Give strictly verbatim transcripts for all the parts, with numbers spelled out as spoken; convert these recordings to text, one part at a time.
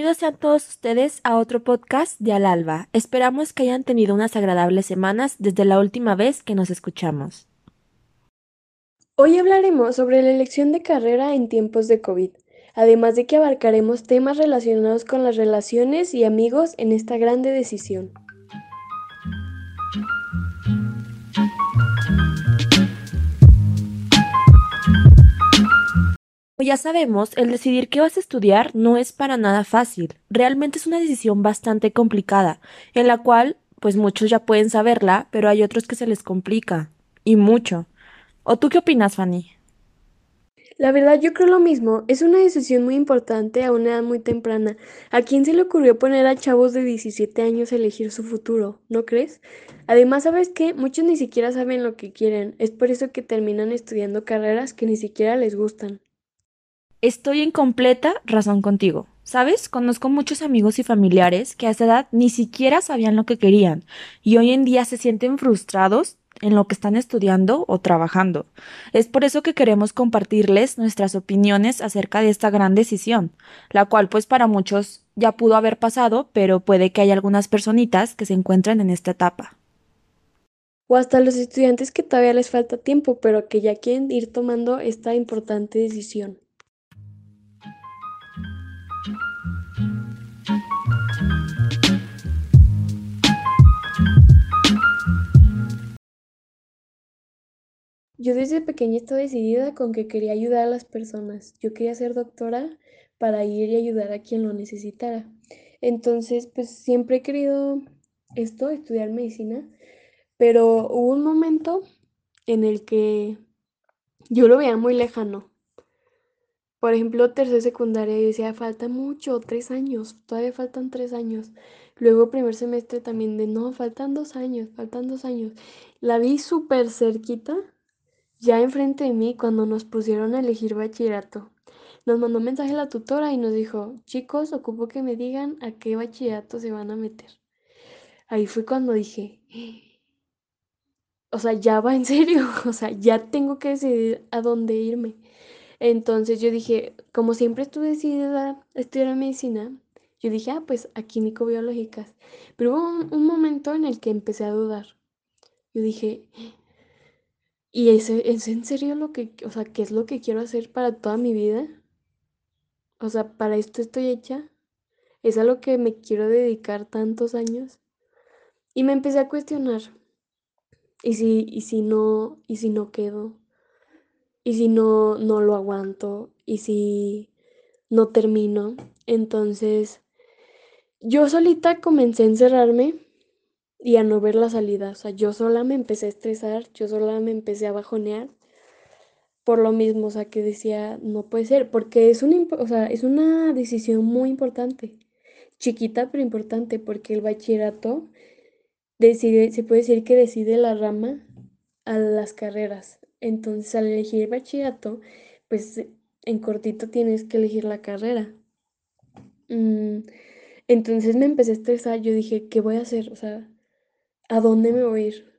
Bienvenidos sean todos ustedes a otro podcast de Al Alba. Esperamos que hayan tenido unas agradables semanas desde la última vez que nos escuchamos. Hoy hablaremos sobre la elección de carrera en tiempos de COVID, además de que abarcaremos temas relacionados con las relaciones y amigos en esta grande decisión. Como ya sabemos, el decidir qué vas a estudiar no es para nada fácil. Realmente es una decisión bastante complicada, en la cual, pues muchos ya pueden saberla, pero hay otros que se les complica. Y mucho. ¿O tú qué opinas, Fanny? La verdad yo creo lo mismo, es una decisión muy importante a una edad muy temprana. ¿A quién se le ocurrió poner a chavos de diecisiete años a elegir su futuro? ¿No crees? Además, ¿sabes qué? Muchos ni siquiera saben lo que quieren, es por eso que terminan estudiando carreras que ni siquiera les gustan. Estoy en completa razón contigo. ¿Sabes? Conozco muchos amigos y familiares que a esa edad ni siquiera sabían lo que querían y hoy en día se sienten frustrados en lo que están estudiando o trabajando. Es por eso que queremos compartirles nuestras opiniones acerca de esta gran decisión, la cual pues para muchos ya pudo haber pasado, pero puede que haya algunas personitas que se encuentren en esta etapa. O hasta los estudiantes que todavía les falta tiempo, pero que ya quieren ir tomando esta importante decisión. Yo desde pequeña estaba decidida con que quería ayudar a las personas. Yo quería ser doctora para ir y ayudar a quien lo necesitara. Entonces, pues siempre he querido esto, estudiar medicina, pero hubo un momento en el que yo lo veía muy lejano. Por ejemplo, tercera secundaria, yo decía, falta mucho, tres años, todavía faltan tres años. Luego primer semestre también de, no, faltan dos años, faltan dos años. La vi súper cerquita, ya enfrente de mí, cuando nos pusieron a elegir bachillerato. Nos mandó un mensaje la tutora y nos dijo, chicos, ocupo que me digan a qué bachillerato se van a meter. Ahí fue cuando dije, o sea, ya va en serio, o sea, ya tengo que decidir a dónde irme. Entonces yo dije, como siempre estuve decidida a estudiar medicina, yo dije, ah, pues a químico-biológicas. Pero hubo un, un momento en el que empecé a dudar. Yo dije, ¿y es, es en serio lo que, o sea, qué es lo que quiero hacer para toda mi vida? O sea, ¿para esto estoy hecha? ¿Es a lo que me quiero dedicar tantos años? Y me empecé a cuestionar, ¿y si, y si no, y si no quedo? ¿Y si no, no lo aguanto? ¿Y si no termino? Entonces, yo solita comencé a encerrarme y a no ver la salida. O sea, yo sola me empecé a estresar, yo sola me empecé a bajonear por lo mismo, o sea, que decía, no puede ser, porque es una, imp- o sea, es una decisión muy importante, chiquita pero importante, porque el bachillerato decide, se puede decir que decide la rama a las carreras. Entonces, al elegir bachillerato, pues en cortito tienes que elegir la carrera. Mm, entonces me empecé a estresar, yo dije, ¿qué voy a hacer? O sea, ¿a dónde me voy a ir?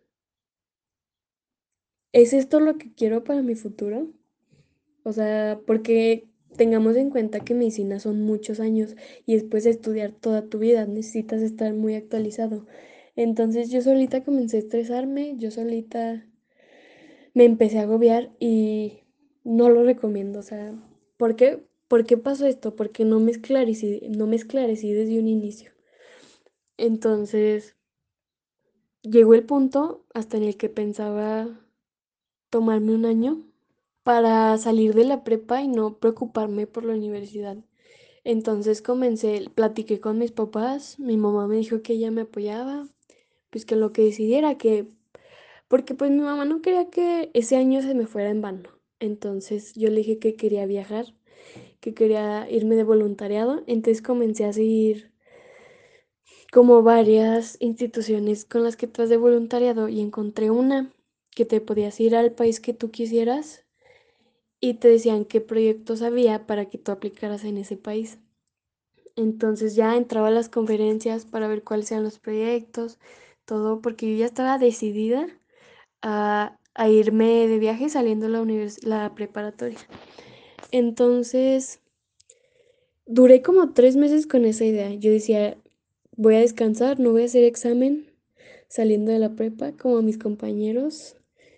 ¿Es esto lo que quiero para mi futuro? O sea, porque tengamos en cuenta que medicina son muchos años y después de estudiar toda tu vida necesitas estar muy actualizado. Entonces yo solita comencé a estresarme, yo solita me empecé a agobiar y no lo recomiendo. O sea, ¿por qué? ¿Por qué pasó esto? Porque no me esclarecí, no me esclarecí desde un inicio. Entonces llegó el punto hasta en el que pensaba tomarme un año para salir de la prepa y no preocuparme por la universidad. Entonces comencé, platiqué con mis papás, mi mamá me dijo que ella me apoyaba, pues que lo que decidiera, que, porque pues mi mamá no quería que ese año se me fuera en vano. Entonces yo le dije que quería viajar, que quería irme de voluntariado, entonces comencé a seguir como varias instituciones con las que tú has de voluntariado y encontré una que te podías ir al país que tú quisieras y te decían qué proyectos había para que tú aplicaras en ese país. Entonces ya entraba a las conferencias para ver cuáles eran los proyectos, todo, porque yo ya estaba decidida a, a irme de viaje saliendo de la, univers- la preparatoria. Entonces Duré como tres meses con esa idea. Yo decía, voy a descansar, no voy a hacer examen saliendo de la prepa como mis compañeros.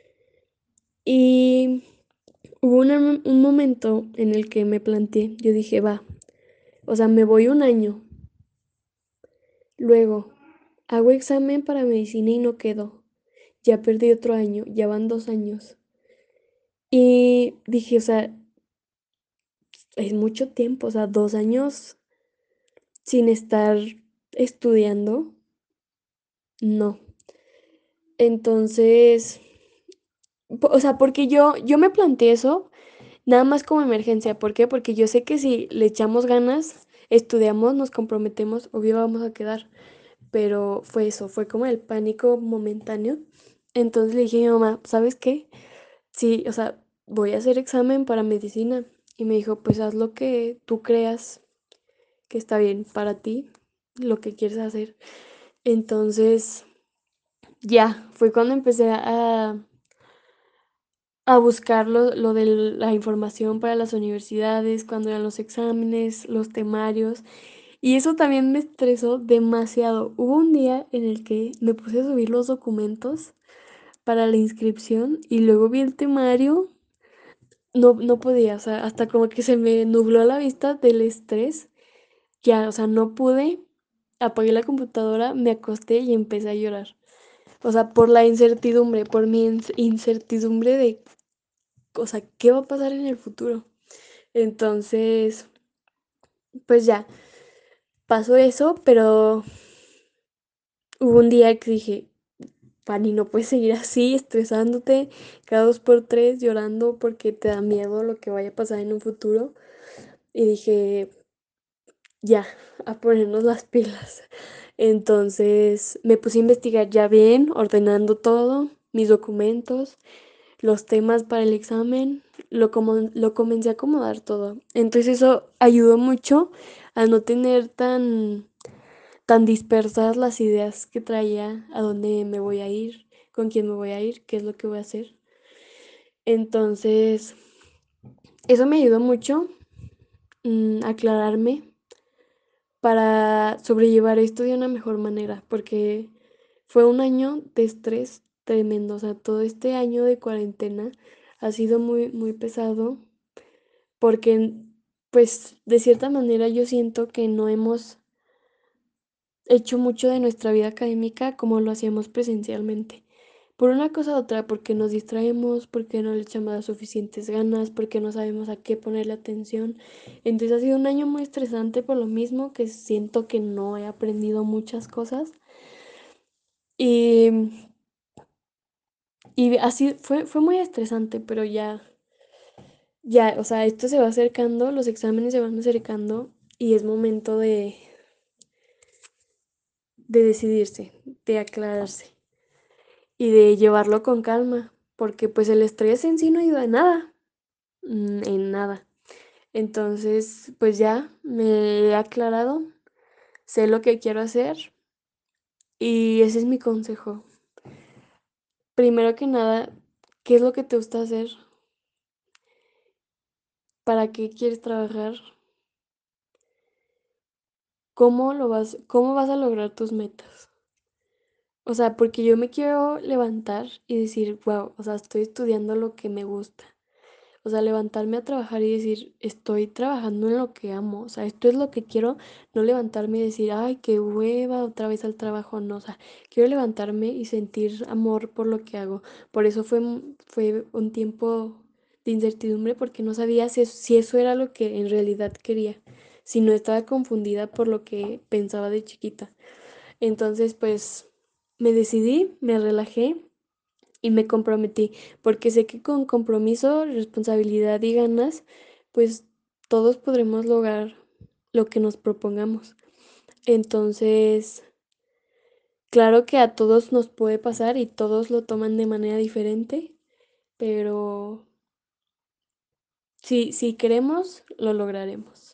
Y hubo una- un momento en el que me planteé, yo dije, va, o sea, me voy un año, luego hago examen para medicina y no quedo, ya perdí otro año, ya van dos años. Y dije, o sea, es mucho tiempo, o sea, dos años sin estar estudiando, no. Entonces, po- o sea, porque yo, yo me planteé eso nada más como emergencia. ¿Por qué? Porque yo sé que si le echamos ganas, estudiamos, nos comprometemos, obvio vamos a quedar. Pero fue eso, fue como el pánico momentáneo. Entonces le dije a mi mamá, ¿sabes qué? Sí, o sea, voy a hacer examen para medicina. Y me dijo, pues haz lo que tú creas que está bien para ti, lo que quieres hacer. Entonces, ya, fue cuando empecé a, a buscar lo, lo de la información para las universidades, cuando eran los exámenes, los temarios. Y eso también me estresó demasiado. Hubo un día en el que me puse a subir los documentos para la inscripción y luego vi el temario. No, no podía, o sea, hasta como que se me nubló la vista del estrés. Ya, o sea, no pude. Apagué la computadora, me acosté y empecé a llorar. O sea, por la incertidumbre, por mi ins- incertidumbre de, o sea, ¿qué va a pasar en el futuro? Entonces, pues ya, pasó eso, pero hubo un día que dije, Fanny, no puedes seguir así, estresándote cada dos por tres, llorando porque te da miedo lo que vaya a pasar en un futuro. Y dije, ya, a ponernos las pilas. Entonces me puse a investigar ya bien, ordenando todo, mis documentos, los temas para el examen, lo, como, lo comencé a acomodar todo. Entonces eso ayudó mucho a no tener tan, tan dispersas las ideas que traía, a dónde me voy a ir, con quién me voy a ir, qué es lo que voy a hacer. Entonces, eso me ayudó mucho mm, a aclararme para sobrellevar esto de una mejor manera, porque fue un año de estrés tremendo, o sea, todo este año de cuarentena ha sido muy, muy pesado, porque, pues, de cierta manera yo siento que no hemos hecho mucho de nuestra vida académica como lo hacíamos presencialmente. Por una cosa u otra, porque nos distraemos, porque no le echamos las suficientes ganas, porque no sabemos a qué ponerle atención. Entonces ha sido un año muy estresante por lo mismo que siento que no he aprendido muchas cosas. Y, y así fue, fue muy estresante, pero ya, ya, o sea, esto se va acercando, los exámenes se van acercando y es momento de, de decidirse, de aclararse y de llevarlo con calma, porque pues el estrés en sí no ayuda en nada, mm, en nada. Entonces, pues ya me he aclarado, sé lo que quiero hacer y ese es mi consejo. Primero que nada, ¿qué es lo que te gusta hacer? ¿Para qué quieres trabajar? ¿Cómo lo vas, cómo vas a lograr tus metas? O sea, porque yo me quiero levantar y decir, wow, o sea, estoy estudiando lo que me gusta. O sea, levantarme a trabajar y decir, estoy trabajando en lo que amo. O sea, esto es lo que quiero, no levantarme y decir, ay, qué hueva, otra vez al trabajo. No, o sea, quiero levantarme y sentir amor por lo que hago. Por eso fue, m- fue un tiempo de incertidumbre porque no sabía si, es- si eso era lo que en realidad quería. Si no estaba confundida por lo que pensaba de chiquita. Entonces, pues, me decidí, me relajé y me comprometí, porque sé que con compromiso, responsabilidad y ganas, pues todos podremos lograr lo que nos propongamos. Entonces, claro que a todos nos puede pasar y todos lo toman de manera diferente, pero si, si queremos, lo lograremos.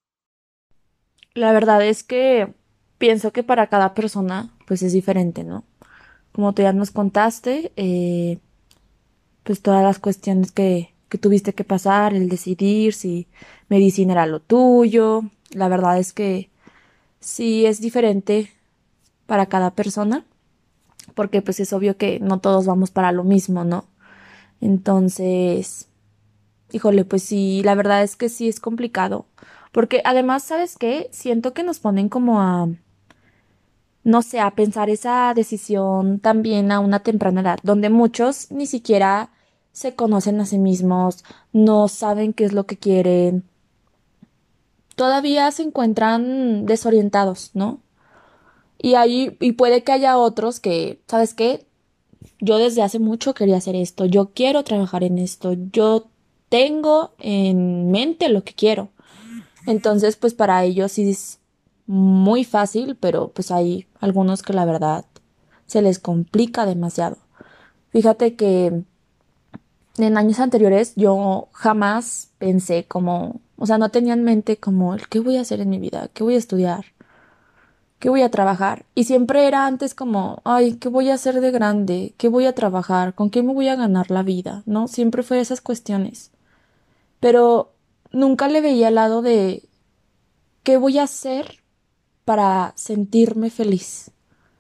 La verdad es que pienso que para cada persona, pues es diferente, ¿no? Como tú ya nos contaste, eh, pues todas las cuestiones que, que tuviste que pasar, el decidir si medicina era lo tuyo. La verdad es que sí es diferente para cada persona, porque pues es obvio que no todos vamos para lo mismo, ¿no? Entonces, híjole, pues sí, la verdad es que sí es complicado, porque además, ¿sabes qué? Siento que nos ponen como a, no sé, a pensar esa decisión también a una temprana edad, donde muchos ni siquiera se conocen a sí mismos, no saben qué es lo que quieren, todavía se encuentran desorientados, ¿no? Y ahí, y puede que haya otros que, ¿sabes qué? Yo desde hace mucho quería hacer esto, yo quiero trabajar en esto, yo tengo en mente lo que quiero. Entonces, pues para ellos sí es muy fácil, pero pues hay algunos que la verdad se les complica demasiado. Fíjate que en años anteriores yo jamás pensé como, o sea, no tenía en mente como, el ¿qué voy a hacer en mi vida? ¿Qué voy a estudiar? ¿Qué voy a trabajar? Y siempre era antes como, ay, ¿qué voy a hacer de grande? ¿Qué voy a trabajar? ¿Con qué me voy a ganar la vida? ¿No? Siempre fue esas cuestiones. Pero nunca le veía al lado de, ¿qué voy a hacer para sentirme feliz?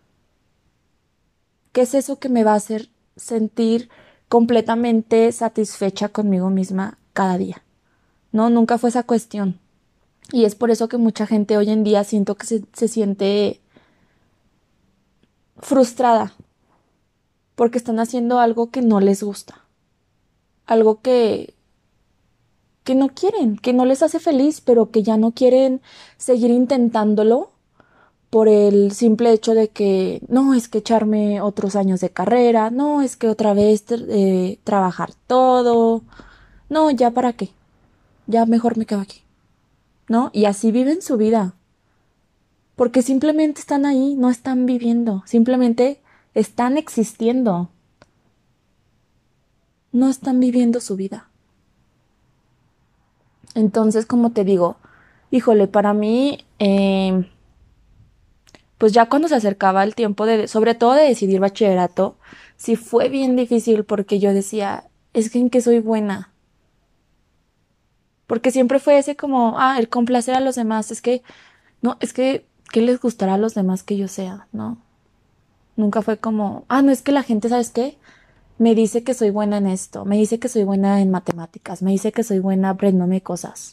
¿Qué es eso que me va a hacer sentir completamente satisfecha conmigo misma cada día? No, nunca fue esa cuestión. Y es por eso que mucha gente hoy en día siento que se, se siente frustrada porque están haciendo algo que no les gusta, algo que, que no quieren, que no les hace feliz, pero que ya no quieren seguir intentándolo por el simple hecho de que no es que echarme otros años de carrera, no es que otra vez eh, trabajar todo, no, ya para qué, ya mejor me quedo aquí, ¿no? Y así viven su vida, porque simplemente están ahí, no están viviendo, simplemente están existiendo, no están viviendo su vida. Entonces, como te digo, híjole, para mí, eh, pues ya cuando se acercaba el tiempo de, sobre todo de decidir bachillerato, sí fue bien difícil porque yo decía, es que en qué soy buena. Porque siempre fue ese como, ah, el complacer a los demás. Es que, no, es que, ¿qué les gustará a los demás que yo sea? ¿No? Nunca fue como, ah, no, es que la gente, ¿sabes qué? Me dice que soy buena en esto, me dice que soy buena en matemáticas, me dice que soy buena aprendiéndome cosas.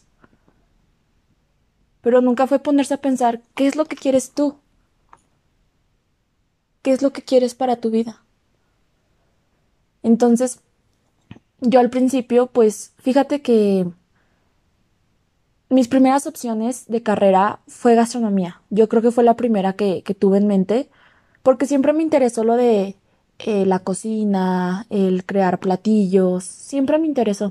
Pero nunca fue ponerse a pensar, ¿qué es lo que quieres tú? ¿Qué es lo que quieres para tu vida? Entonces, yo al principio, pues, fíjate que mis primeras opciones de carrera fue gastronomía. Yo creo que fue la primera que, que tuve en mente, porque siempre me interesó lo de eh, la cocina, el crear platillos, siempre me interesó.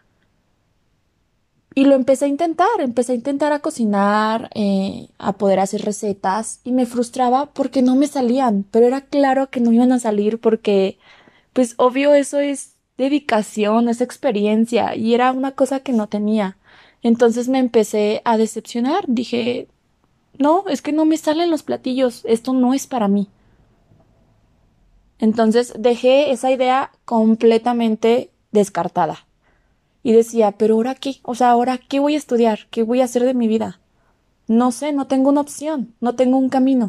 Y lo empecé a intentar, empecé a intentar a cocinar, eh, a poder hacer recetas, y me frustraba porque no me salían, pero era claro que no iban a salir porque, pues obvio, eso es dedicación, es experiencia, y era una cosa que no tenía. Entonces me empecé a decepcionar, dije, no, es que no me salen los platillos, esto no es para mí. Entonces dejé esa idea completamente descartada. Y decía, pero ¿ahora qué? O sea, ¿ahora qué voy a estudiar? ¿Qué voy a hacer de mi vida? No sé, no tengo una opción, no tengo un camino.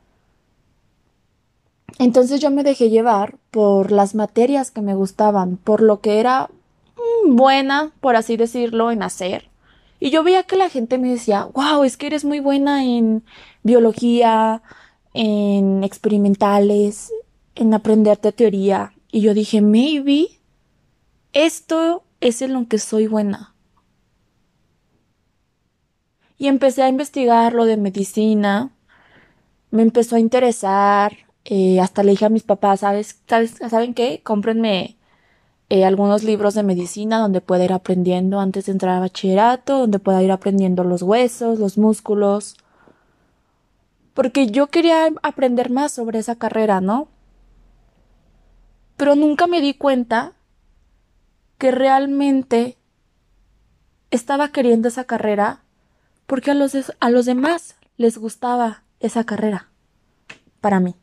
Entonces yo me dejé llevar por las materias que me gustaban, por lo que era mm, buena, por así decirlo, en hacer. Y yo veía que la gente me decía, wow, es que eres muy buena en biología, en experimentales, en aprenderte teoría. Y yo dije, maybe esto es en lo que soy buena. Y empecé a investigar lo de medicina, me empezó a interesar, eh, hasta le dije a mis papás, ¿sabes? ¿Sabes? ¿Saben qué? Cómprenme eh, algunos libros de medicina donde pueda ir aprendiendo antes de entrar a bachillerato, donde pueda ir aprendiendo los huesos, los músculos, porque yo quería aprender más sobre esa carrera, ¿no? Pero nunca me di cuenta que realmente estaba queriendo esa carrera porque a los, des- a los demás les gustaba esa carrera para mí.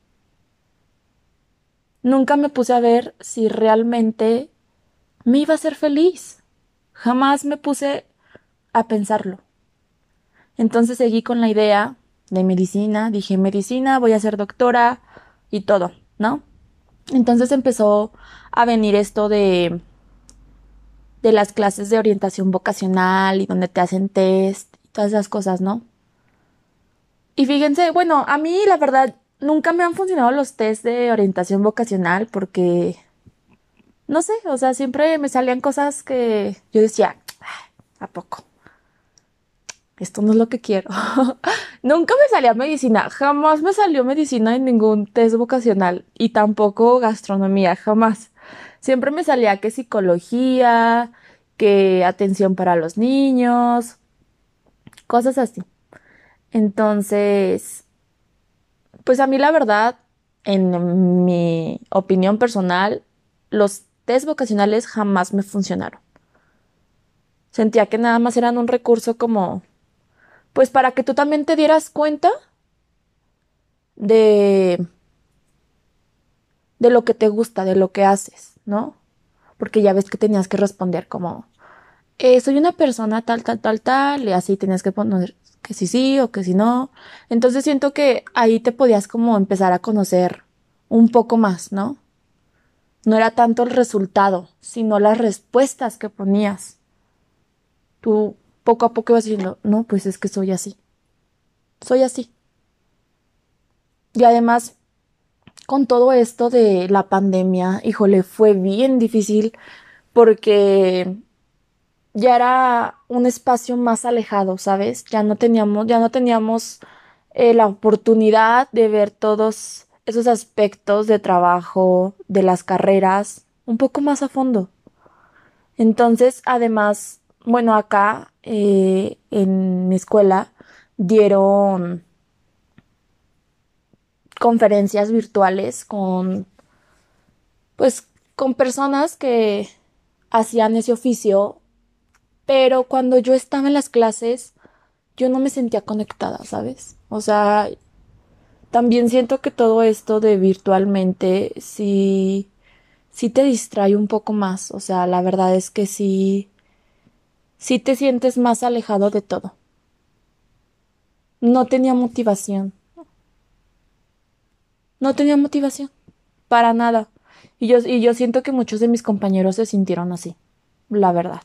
Nunca me puse a ver si realmente me iba a hacer feliz. Jamás me puse a pensarlo. Entonces seguí con la idea de medicina, dije medicina, voy a ser doctora y todo, ¿no? Entonces empezó a venir esto de, de las clases de orientación vocacional y donde te hacen test y todas esas cosas, ¿no? Y fíjense, bueno, a mí la verdad nunca me han funcionado los test de orientación vocacional porque, no sé, o sea, siempre me salían cosas que yo decía, "Ah, ¿a poco? Esto no es lo que quiero". Nunca me salía medicina, jamás me salió medicina en ningún test vocacional y tampoco gastronomía, jamás. Siempre me salía que psicología, que atención para los niños, cosas así. Entonces, pues a mí la verdad, en mi opinión personal, los test vocacionales jamás me funcionaron. Sentía que nada más eran un recurso como, pues para que tú también te dieras cuenta de, de lo que te gusta, de lo que haces, ¿no? Porque ya ves que tenías que responder como, eh, soy una persona tal, tal, tal, tal, y así tenías que poner que sí, sí o que sí no. Entonces siento que ahí te podías como empezar a conocer un poco más, ¿no? No era tanto el resultado, sino las respuestas que ponías. Tú poco a poco ibas diciendo, no, pues es que soy así, soy así. Y además, con todo esto de la pandemia, híjole, fue bien difícil porque ya era un espacio más alejado, ¿sabes? Ya no teníamos, ya no teníamos eh, la oportunidad de ver todos esos aspectos de trabajo, de las carreras, un poco más a fondo. Entonces, además, bueno, acá eh, en mi escuela dieron conferencias virtuales con, pues, con personas que hacían ese oficio, pero cuando yo estaba en las clases, yo no me sentía conectada, ¿sabes? O sea, también siento que todo esto de virtualmente sí, sí te distrae un poco más. O sea, la verdad es que sí, sí te sientes más alejado de todo. No tenía motivación. No tenía motivación. Para nada. Y yo, y yo siento que muchos de mis compañeros se sintieron así. La verdad.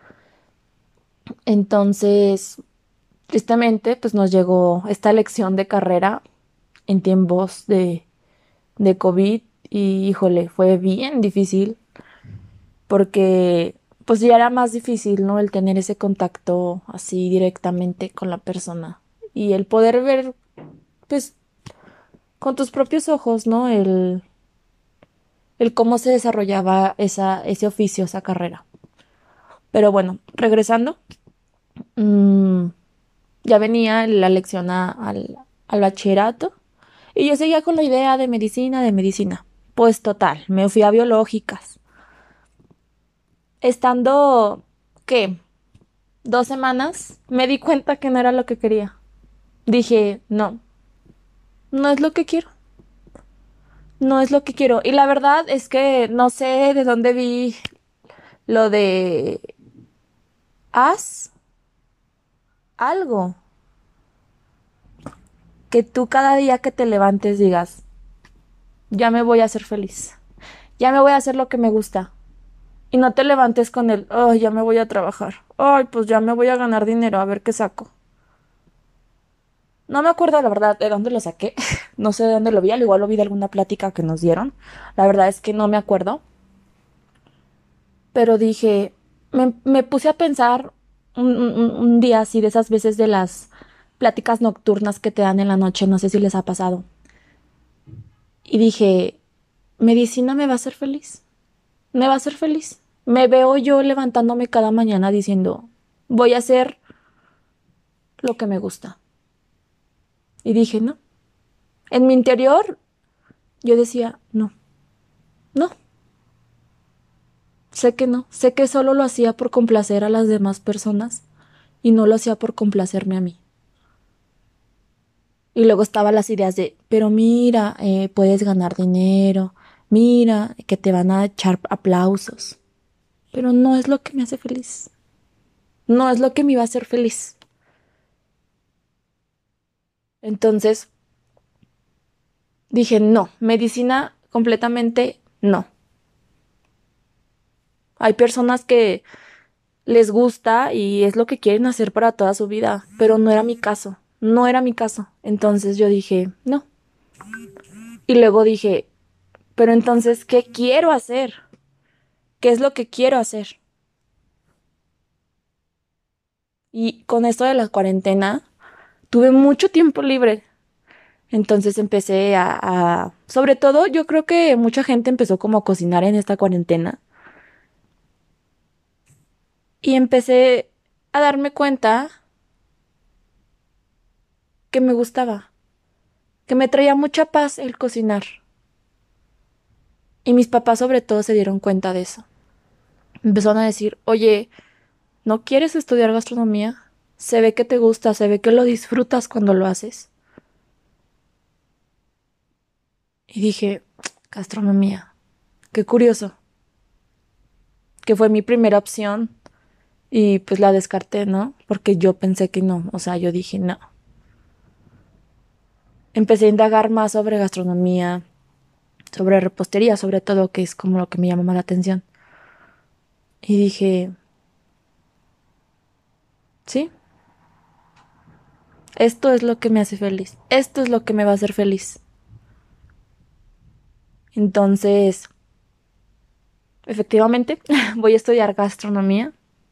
Entonces, tristemente, pues nos llegó esta elección de carrera en tiempos de, de COVID y híjole, fue bien difícil porque pues ya era más difícil, ¿no? El tener ese contacto así directamente con la persona y el poder ver pues con tus propios ojos, ¿no? El, el cómo se desarrollaba esa, ese oficio, esa carrera. Pero bueno, regresando, mm, ya venía la lección a- al, al bachillerato y yo seguía con la idea de medicina, de medicina. Pues total, me fui a biológicas. Estando, ¿qué? Dos semanas, me di cuenta que no era lo que quería. Dije, no, no es lo que quiero. No es lo que quiero. Y la verdad es que no sé de dónde vi lo de haz algo. Que tú cada día que te levantes digas, ya me voy a hacer feliz. Ya me voy a hacer lo que me gusta. Y no te levantes con el, ay, ya me voy a trabajar. Ay, pues ya me voy a ganar dinero, a ver qué saco. No me acuerdo la verdad de dónde lo saqué. No sé de dónde lo vi, al igual lo vi de alguna plática que nos dieron. La verdad es que no me acuerdo. Pero dije, me, me puse a pensar un, un- un día así de esas veces de las pláticas nocturnas que te dan en la noche, no sé si les ha pasado. Y dije, medicina me va a hacer feliz. Me va a hacer feliz. Me veo yo levantándome cada mañana diciendo, voy a hacer lo que me gusta. Y dije, no. En mi interior yo decía, no, no, sé que no, sé que solo lo hacía por complacer a las demás personas y no lo hacía por complacerme a mí. Y luego estaban las ideas de, pero mira, eh, puedes ganar dinero, mira, que te van a echar aplausos, pero no es lo que me hace feliz. no es lo que me iba a hacer feliz. Entonces dije, no, medicina completamente no. Hay personas que les gusta y es lo que quieren hacer para toda su vida, pero no era mi caso, no era mi caso. Entonces yo dije, no. Y luego dije, pero entonces, ¿qué quiero hacer? ¿Qué es lo que quiero hacer? Y con esto de la cuarentena, tuve mucho tiempo libre. Entonces empecé a, a, sobre todo, yo creo que mucha gente empezó como a cocinar en esta cuarentena. Y empecé a darme cuenta que me gustaba, que me traía mucha paz el cocinar. Y mis papás sobre todo se dieron cuenta de eso. Empezaron a decir, oye, ¿no quieres estudiar gastronomía? Se ve que te gusta, se ve que lo disfrutas cuando lo haces. Y dije, gastronomía, qué curioso, que fue mi primera opción y pues la descarté, ¿no? Porque yo pensé que no, o sea, yo dije no. Empecé a indagar más sobre gastronomía, sobre repostería, sobre todo, que es como lo que me llamó más la atención. Y dije, sí, esto es lo que me hace feliz, esto es lo que me va a hacer feliz. Entonces, efectivamente, voy a estudiar gastronomía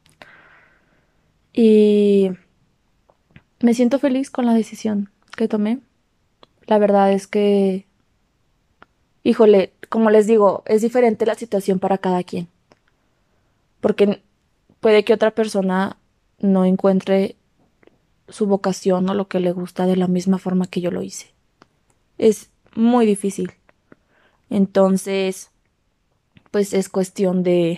y me siento feliz con la decisión que tomé. La verdad es que, híjole, como les digo, es diferente la situación para cada quien, porque puede que otra persona no encuentre su vocación o lo que le gusta de la misma forma que yo lo hice. Es muy difícil. Entonces, pues es cuestión de,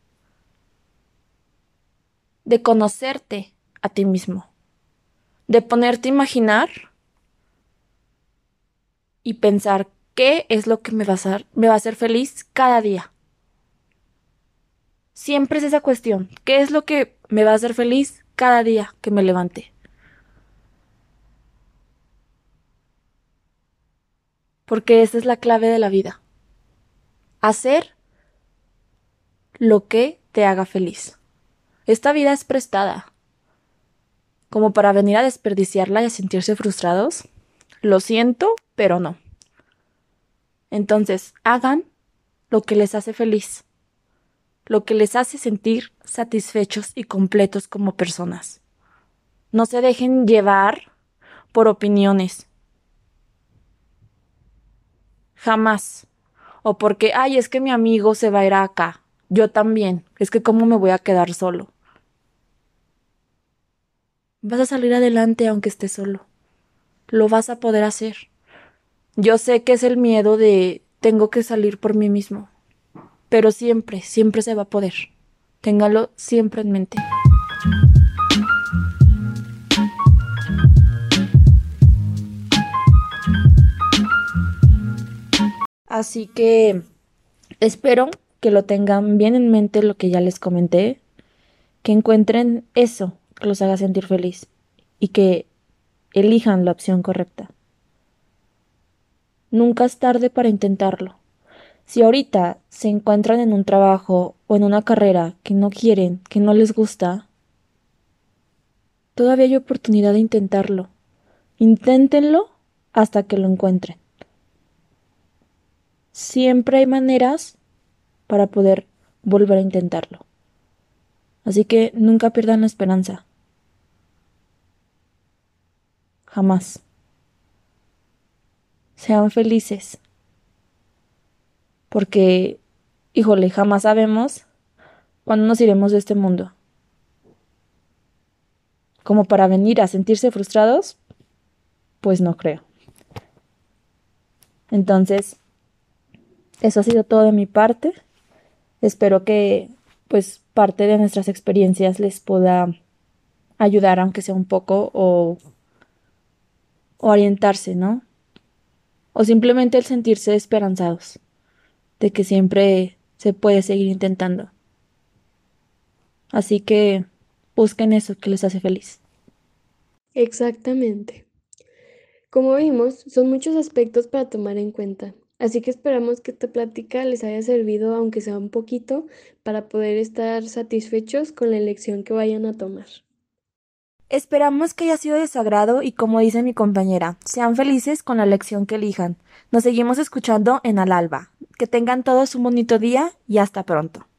de conocerte a ti mismo, de ponerte a imaginar y pensar qué es lo que me va a hacer, me va a hacer feliz cada día. Siempre es esa cuestión. ¿Qué es lo que me va a hacer feliz cada día que me levante? Porque esa es la clave de la vida. Hacer lo que te haga feliz. Esta vida es prestada. Como para venir a desperdiciarla y a sentirse frustrados. Lo siento, pero no. Entonces, hagan lo que les hace feliz. Lo que les hace sentir satisfechos y completos como personas. No se dejen llevar por opiniones. Jamás. O porque, ay, es que mi amigo se va a ir acá. Yo también. Es que cómo me voy a quedar solo. Vas a salir adelante aunque estés solo. Lo vas a poder hacer. Yo sé que es el miedo de tengo que salir por mí mismo. Pero siempre, siempre se va a poder. Téngalo siempre en mente. Así que espero que lo tengan bien en mente lo que ya les comenté, que encuentren eso que los haga sentir feliz y que elijan la opción correcta. Nunca es tarde para intentarlo. Si ahorita se encuentran en un trabajo o en una carrera que no quieren, que no les gusta, todavía hay oportunidad de intentarlo. Inténtenlo hasta que lo encuentren. Siempre hay maneras para poder volver a intentarlo. Así que nunca pierdan la esperanza. Jamás. Sean felices. Porque, híjole, jamás sabemos cuándo nos iremos de este mundo. Como para venir a sentirse frustrados, pues no creo. Entonces, eso ha sido todo de mi parte. Espero que, pues, parte de nuestras experiencias les pueda ayudar, aunque sea un poco, o, o orientarse, ¿no? O simplemente el sentirse esperanzados de que siempre se puede seguir intentando. Así que busquen eso que les hace feliz. Exactamente. Como vimos, son muchos aspectos para tomar en cuenta, así que esperamos que esta plática les haya servido, aunque sea un poquito, para poder estar satisfechos con la elección que vayan a tomar. Esperamos que haya sido de su agrado y como dice mi compañera, sean felices con la elección que elijan. Nos seguimos escuchando en Al Alba. Que tengan todos un bonito día y hasta pronto.